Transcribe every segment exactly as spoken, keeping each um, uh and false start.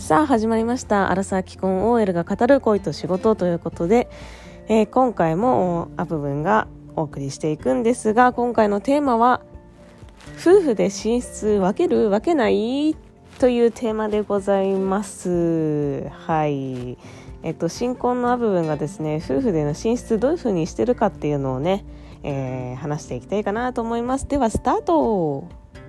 さあ始まりました。アラサー既婚 オーエル が語る恋と仕事ということで、えー、今回もア部分がお送りしていくんですが、今回のテーマは夫婦で寝室分ける分けないというテーマでございます。はい、えっと新婚のア部分がですね、夫婦での寝室どういう風にしてるかっていうのをね、えー、話していきたいかなと思います。ではスタート。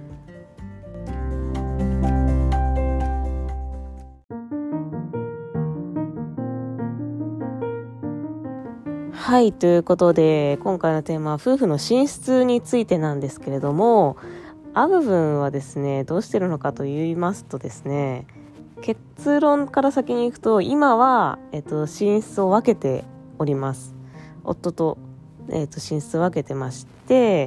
はい、ということで今回のテーマは夫婦の寝室についてなんですけれども、ア部分はですねどうしてるのかと言いますとですね、結論から先に行くと今は、えっと、寝室を分けております。夫と、えっと、寝室を分けてまして、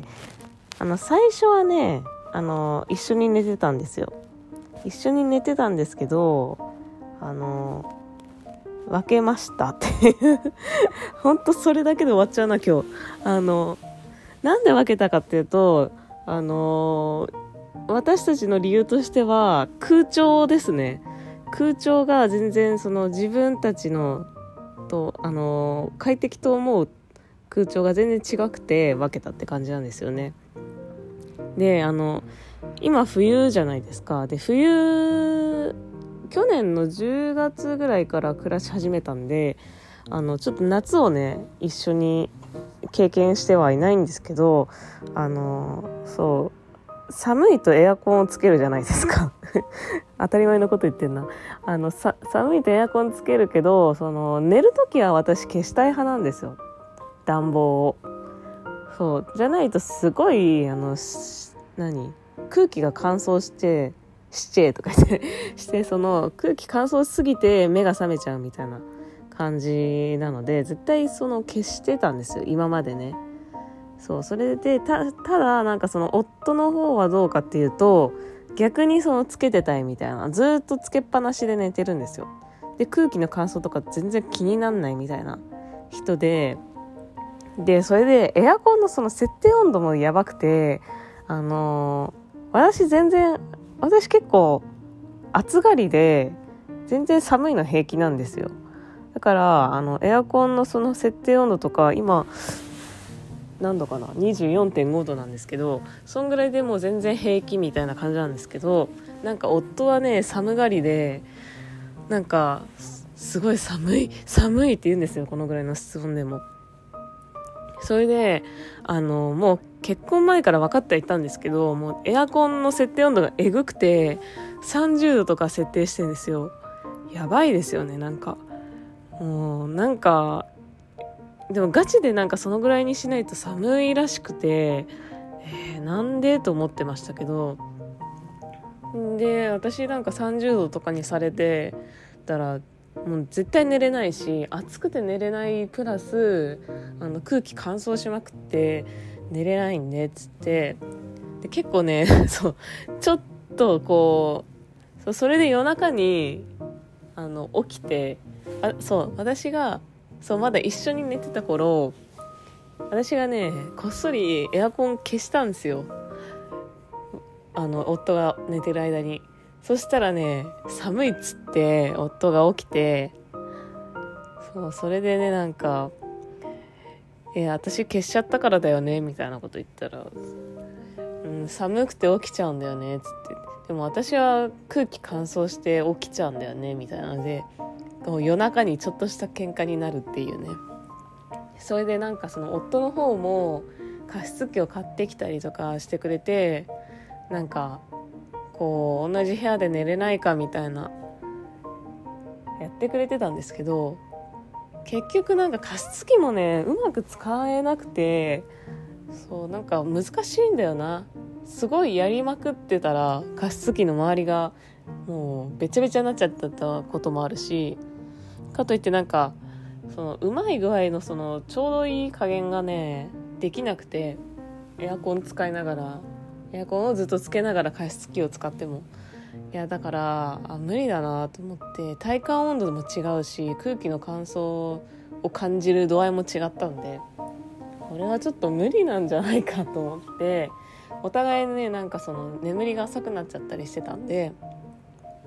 あの最初はねあの一緒に寝てたんですよ。一緒に寝てたんですけど、あの分けましたっていう本当それだけで終わっちゃうな今日。あのなんで分けたかっていうと、あの私たちの理由としては空調ですね。空調が全然その自分たちのとあの快適と思う空調が全然違くて分けたって感じなんですよね。で、あの今冬じゃないですか。で冬去年のじゅうがつぐらいから暮らし始めたんで、あのちょっと夏をね一緒に経験してはいないんですけど、あのそう寒いとエアコンをつけるじゃないですか当たり前のこと言ってんな。あのさ寒いとエアコンつけるけど、その寝るときは私消したい派なんですよ、暖房を。そうじゃないとすごいあの何空気が乾燥してしちぇとか言ってしてその空気乾燥しすぎて目が覚めちゃうみたいな感じなので、絶対その消してたんですよ今までね。そうそれで た, ただなんかその夫の方はどうかっていうと、逆にそのつけてたいみたいな、ずっとつけっぱなしで寝てるんですよ。で空気の乾燥とか全然気になんないみたいな人で、でそれでエアコンのその設定温度もやばくて、あのー、私全然私結構暑がりで全然寒いの平気なんですよ。だからあのエアコンのその設定温度とか今何度かな にじゅうよんてんご 度なんですけど、そんぐらいでもう全然平気みたいな感じなんですけど、なんか夫はね寒がりで、なんかすごい寒い寒いって言うんですよ、このぐらいの室温でも。それであのもう結婚前から分かってはいたんですけど、もうエアコンの設定温度がえぐくてさんじゅうどとか設定してるんですよ。やばいですよね。なんかもうなんかでもガチでなんかそのぐらいにしないと寒いらしくて、えー、なんでと思ってましたけど、で私なんかさんじゅうどとかにされてたらもう絶対寝れないし、暑くて寝れないプラスあの空気乾燥しまくって寝れないんでっつって、で結構ねそうちょっとこう そ, それで夜中にあの起きて、あそう私がそうまだ一緒に寝てた頃、私がねこっそりエアコン消したんですよ、あの夫が寝てる間に。そしたらね寒いっつって夫が起きて、そうそれでねなんかえ私消しちゃったからだよねみたいなこと言ったら、うん、寒くて起きちゃうんだよねっつって、でも私は空気乾燥して起きちゃうんだよねみたいなので、夜中にちょっとした喧嘩になるっていうね。それでなんかその夫の方も加湿器を買ってきたりとかしてくれて、なんかこう同じ部屋で寝れないかみたいなやってくれてたんですけど、結局なんか加湿器もねうまく使えなくて、そうなんか難しいんだよな。すごいやりまくってたら加湿器の周りがもうべちゃべちゃになっちゃったこともあるし、かといってなんかそのうまい具合のそのちょうどいい加減がねできなくて、エアコン使いながらエアコンをずっとつけながら加湿器を使っても、いやだからあ無理だなと思って、体感温度も違うし空気の乾燥を感じる度合いも違ったんで、これはちょっと無理なんじゃないかと思って、お互いねなんかその眠りが浅くなっちゃったりしてたんで、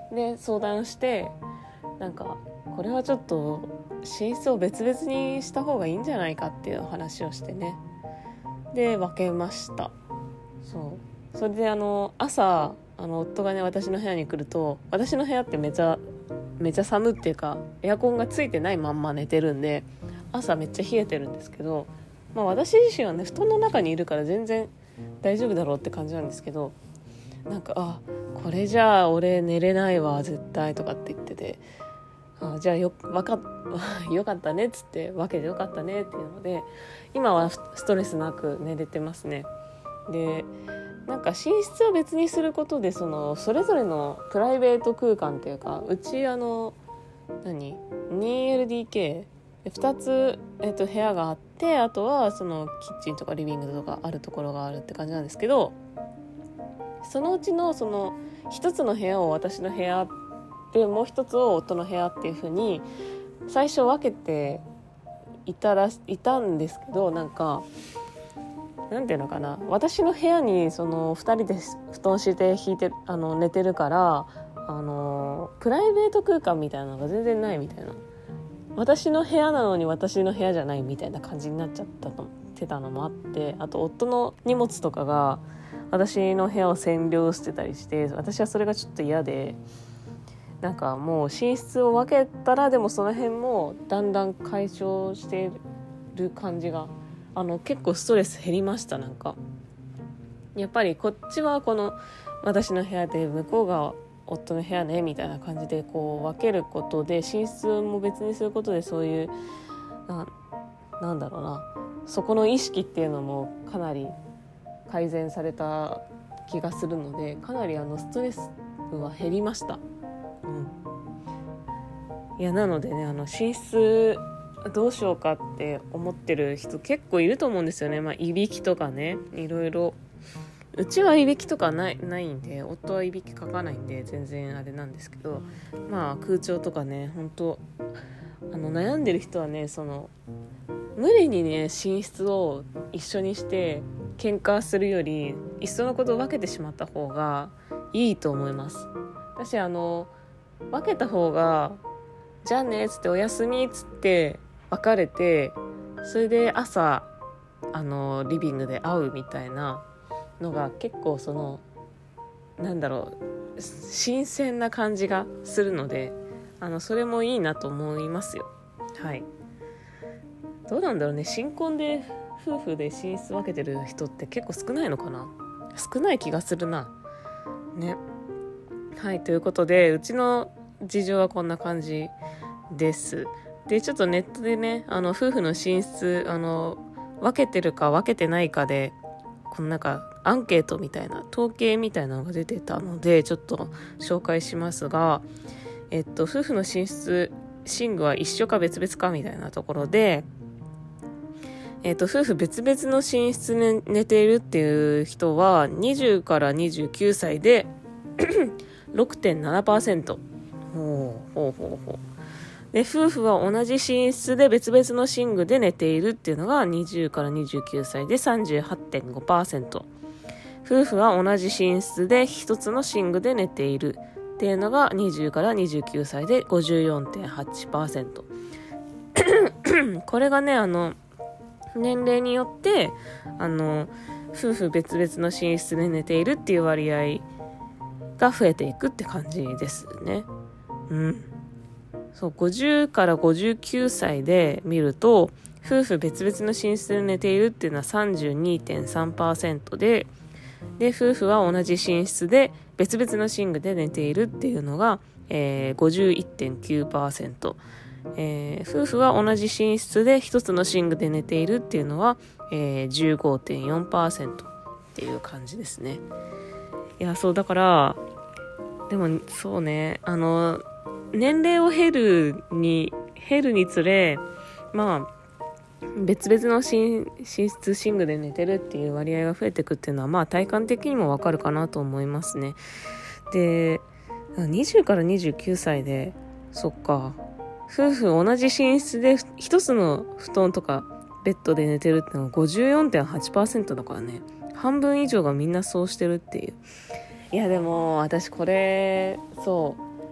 で相談して、なんかこれはちょっと寝室を別々にした方がいいんじゃないかっていう話をしてね、で分けました。そうそれであの朝あの夫がね私の部屋に来ると、私の部屋ってめちゃめちゃ寒っていうかエアコンがついてないまんま寝てるんで、朝めっちゃ冷えてるんですけど、まあ、私自身はね布団の中にいるから全然大丈夫だろうって感じなんですけど、なんかあこれじゃあ俺寝れないわ絶対とかって言ってて、あじゃあよわかよかったねっつって分けてよかったねっていうので、今はストレスなく寝れてますね。でなんか寝室を別にすることでそのそれぞれのプライベート空間っていうか、うちあの何 ツーエルディーケーふたつ、えっと、部屋があって、あとはそのキッチンとかリビングとかあるところがあるって感じなんですけど、そのうちのその一つの部屋を私の部屋でもう一つを夫の部屋っていう風に最初分けていたらいたんですけど、なんかなんていうのかな、私の部屋にそのふたりで布団敷いて引いてあの寝てるから、あのプライベート空間みたいなのが全然ないみたいな、私の部屋なのに私の部屋じゃないみたいな感じになっちゃったとってたのもあって、あと夫の荷物とかが私の部屋を占領してたりして、私はそれがちょっと嫌で、なんかもう寝室を分けたらでもその辺もだんだん解消してる感じが、あの結構ストレス減りました。なんかやっぱりこっちはこの私の部屋で向こうが夫の部屋ねみたいな感じでこう分けることで、寝室も別にすることでそういうな、なんだろうな、そこの意識っていうのもかなり改善された気がするので、かなりあのストレスは減りました。うん、いやなのでね、あの寝室どうしようかって思ってる人結構いると思うんですよね。まあいびきとかね、いろいろ。うちはいびきとかない、ないんで、夫はいびきかかないんで全然あれなんですけど、まあ空調とかね、本当あの悩んでる人はね、その無理にね寝室を一緒にして喧嘩するより、いっそのことを分けてしまった方がいいと思います。私あの分けた方がじゃあねっつっておやすみっつって別れて、それで朝あのリビングで会うみたいなのが結構そのなんだろう新鮮な感じがするので、あのそれもいいなと思いますよ。はい。どうなんだろうね、新婚で夫婦で寝室分けてる人って結構少ないのかな。少ない気がするなね。はい、ということでうちの事情はこんな感じです。でちょっとネットでね、あの夫婦の寝室あの分けてるか分けてないかでこのなんかアンケートみたいな統計みたいなのが出てたのでちょっと紹介しますが、えっと夫婦の寝室寝具は一緒か別々かみたいなところで、えっと夫婦別々の寝室で寝ているっていう人はにじゅうからにじゅうきゅうさいでろくてんななパーセント。ほうほうほうほう。で夫婦は同じ寝室で別々の寝具で寝ているっていうのがにじゅうからにじゅうきゅうさいで さんじゅうはちてんごパーセント、 夫婦は同じ寝室で一つの寝具で寝ているっていうのがにじゅうからにじゅうきゅうさいで ごじゅうよんてんはちパーセント これがねあの年齢によってあの夫婦別々の寝室で寝ているっていう割合が増えていくって感じですね。うんそうごじゅうからごじゅうきゅうさいで見ると夫婦別々の寝室で寝ているっていうのは さんじゅうにてんさんパーセント で、で夫婦は同じ寝室で別々の寝具で寝ているっていうのが、えー、ごじゅういってんきゅうパーセント、えー、夫婦は同じ寝室で一つの寝具で寝ているっていうのは、えー、じゅうごてんよんパーセント っていう感じですね。いやそうだからでもそうね、あの年齢を経るに減るにつれ、まあ別々の寝室寝具で寝てるっていう割合が増えていくっていうのはまあ体感的にもわかるかなと思いますね。でにじゅうからにじゅうきゅうさいでそっか夫婦同じ寝室で一つの布団とかベッドで寝てるってのは ごじゅうよんてんはちパーセント だからね、半分以上がみんなそうしてるっていう。いやでも私これそう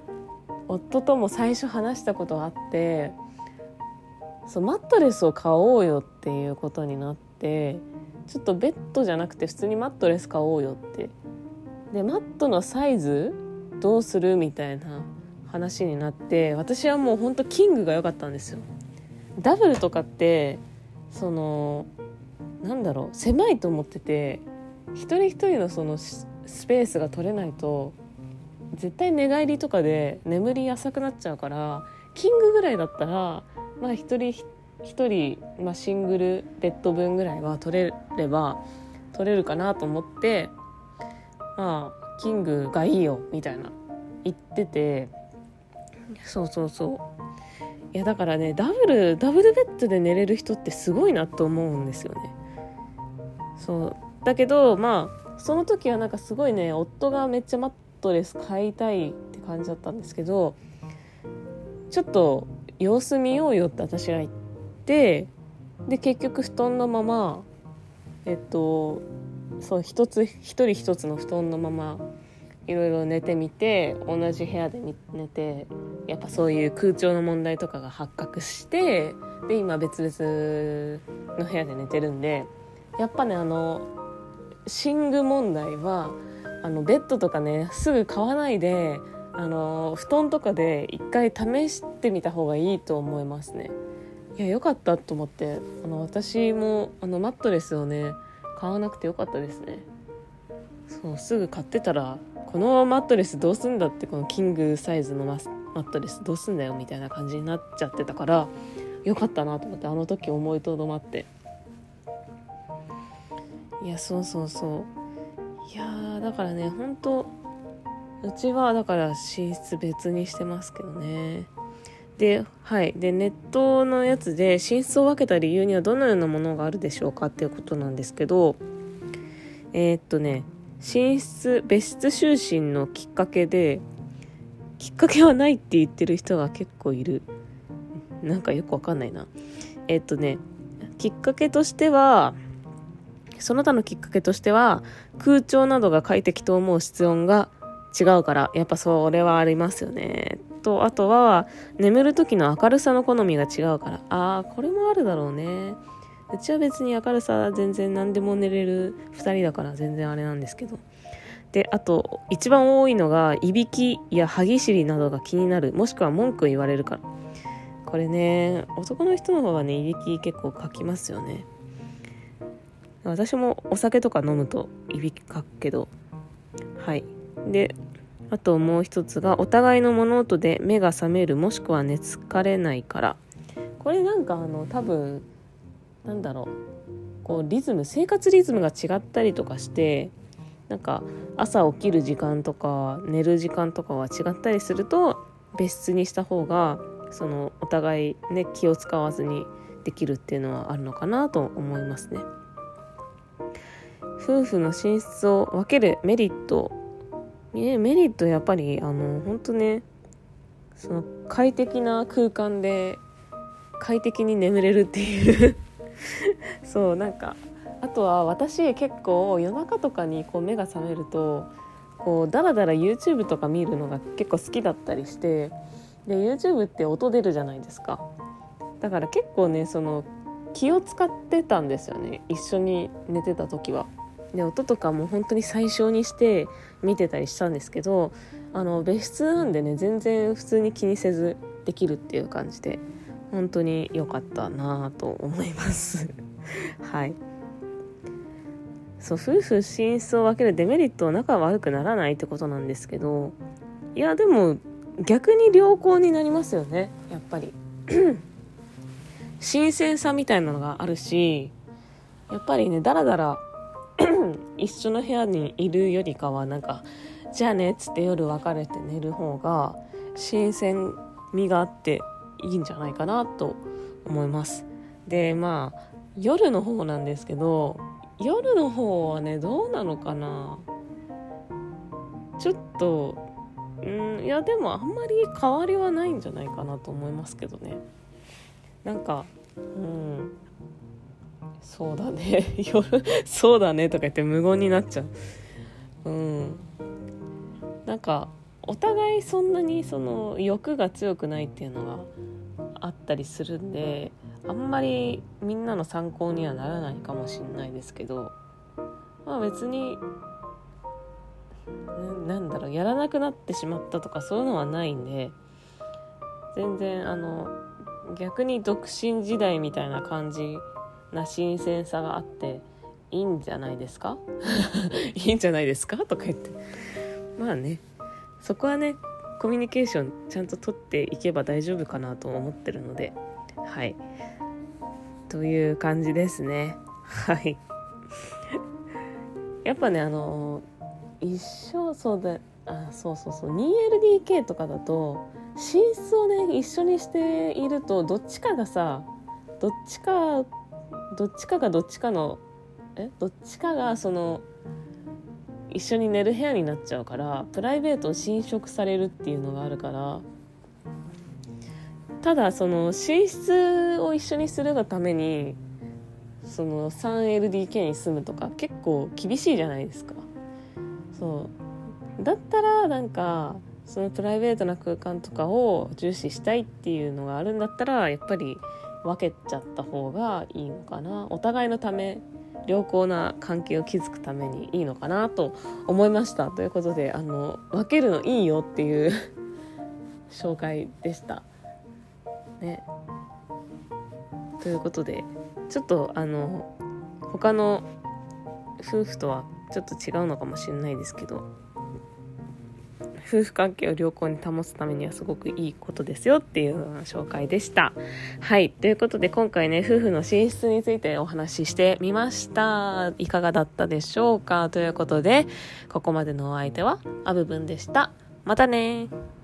夫とも最初話したことがあって、そうマットレスを買おうよっていうことになって、ちょっとベッドじゃなくて普通にマットレス買おうよって、でマットのサイズどうするみたいな話になって、私はもうほんとキングが良かったんですよ。ダブルとかってそのなんだろう、狭いと思ってて、一人一人のそのスペースが取れないと絶対寝返りとかで眠り浅くなっちゃうから、キングぐらいだったらまあ一人一人、まあ、シングルベッド分ぐらいは取れれば取れるかなと思って、まあキングがいいよみたいな言ってて、そうそうそう、いやだからね、ダブルダブルベッドで寝れる人ってすごいなと思うんですよね。そうだけどまあその時はなんかすごいね、夫がめっちゃマットレス買いたいって感じだったんですけど、ちょっと様子見ようよって私が言って、で結局布団のままえっとそう一つ一人一つの布団のままいろいろ寝てみて、同じ部屋で寝て、やっぱそういう空調の問題とかが発覚して、で今別々の部屋で寝てるんで、やっぱねあの寝具問題はあのベッドとかねすぐ買わないで、あの布団とかで一回試してみた方がいいと思いますね。いやよかったと思って、あの私もあのマットレスをね買わなくてよかったですね。そうすぐ買ってたら、このマットレスどうすんだって、このキングサイズのマスマットレスどうすんだよみたいな感じになっちゃってたから、よかったなと思って、あの時思いとどまって。いやそうそうそう、いやだからね、本当うちはだから寝室別にしてますけどね。で、はい。で、ネットのやつで寝室を分けた理由にはどのようなものがあるでしょうかっていうことなんですけど、えー、っとね、寝室、別室就寝のきっかけで、きっかけはないって言ってる人が結構いる。なんかよくわかんないな。えー、っとね、きっかけとしては、その他のきっかけとしては、空調などが快適と思う室温が違うから、やっぱそれはありますよね。と、あとは、眠る時の明るさの好みが違うから。あー、これもあるだろうね。うちは別に明るさ全然何でも寝れるふたりだから全然あれなんですけど。で、あと、一番多いのが、いびきや歯ぎしりなどが気になる、もしくは文句を言われるから。これね、男の人の方がね、いびき結構かきますよね。私もお酒とか飲むといびきかくけど、はい。で、あともう一つが、お互いの物音で目が覚める、もしくは寝つかれないから。これなんかあの多分なんだろう、こうリズム生活リズムが違ったりとかして、なんか朝起きる時間とか寝る時間とかは違ったりすると、別室にした方がそのお互いね気を使わずにできるっていうのはあるのかなと思いますね。夫婦の寝室を分けるメリット、ね、メリットやっぱりあの本当ね、その快適な空間で快適に眠れるっていうそうなんか、あとは私結構夜中とかにこう目が覚めるとこうダラダラ YouTube とか見るのが結構好きだったりして、で YouTube って音出るじゃないですか。だから結構ねその気を使ってたんですよね、一緒に寝てた時は。で音とかも本当に最小にして見てたりしたんですけど、あの別室なんでね全然普通に気にせずできるっていう感じで本当に良かったなと思いますはい。そう、夫婦寝室を分けるデメリットは仲悪くならないってことなんですけど、いやでも逆に良好になりますよね、やっぱり新鮮さみたいなのがあるし、やっぱりねダラダラ一緒の部屋にいるよりかは、なんかじゃあねっつって夜別れて寝る方が新鮮味があっていいんじゃないかなと思います。でまあ夜の方なんですけど、夜の方はねどうなのかな、ちょっとうんいやでもあんまり変わりはないんじゃないかなと思いますけどね。なんかうんそうだね夜そうだねとか言って無言になっちゃう。うんなんかお互いそんなにその欲が強くないっていうのがあったりするんで、あんまりみんなの参考にはならないかもしれないですけど、まあ別にな、なんだろうやらなくなってしまったとかそういうのはないんで、全然あの逆に独身時代みたいな感じな新鮮さがあっていいんじゃないですかいいんじゃないですかとか言って、まあね、そこはねコミュニケーションちゃんと取っていけば大丈夫かなと思ってるので、はいという感じですね。はいやっぱねあの一緒そうだあそうそうそう ツーエルディーケー とかだと寝室をね一緒にしているとどっちかがさどっちかどっちかがどっちかのえどっちかがその一緒に寝る部屋になっちゃうから、プライベートを侵食されるっていうのがあるから、ただその寝室を一緒にするがためにその スリーエルディーケー に住むとか結構厳しいじゃないですか。そうだったらなんかそのプライベートな空間とかを重視したいっていうのがあるんだったら、やっぱり分けちゃった方がいいのかな。お互いのため、良好な関係を築くためにいいのかなと思いました。ということで、あの分けるのいいよっていう紹介でしたね。ということで、ちょっとあの他の夫婦とはちょっと違うのかもしれないですけど、夫婦関係を良好に保つためにはすごくいいことですよっていうような紹介でした。はい、ということで今回ね夫婦の寝室についてお話ししてみました。いかがだったでしょうか。ということでここまでのお相手はあぶぶんでした。またね。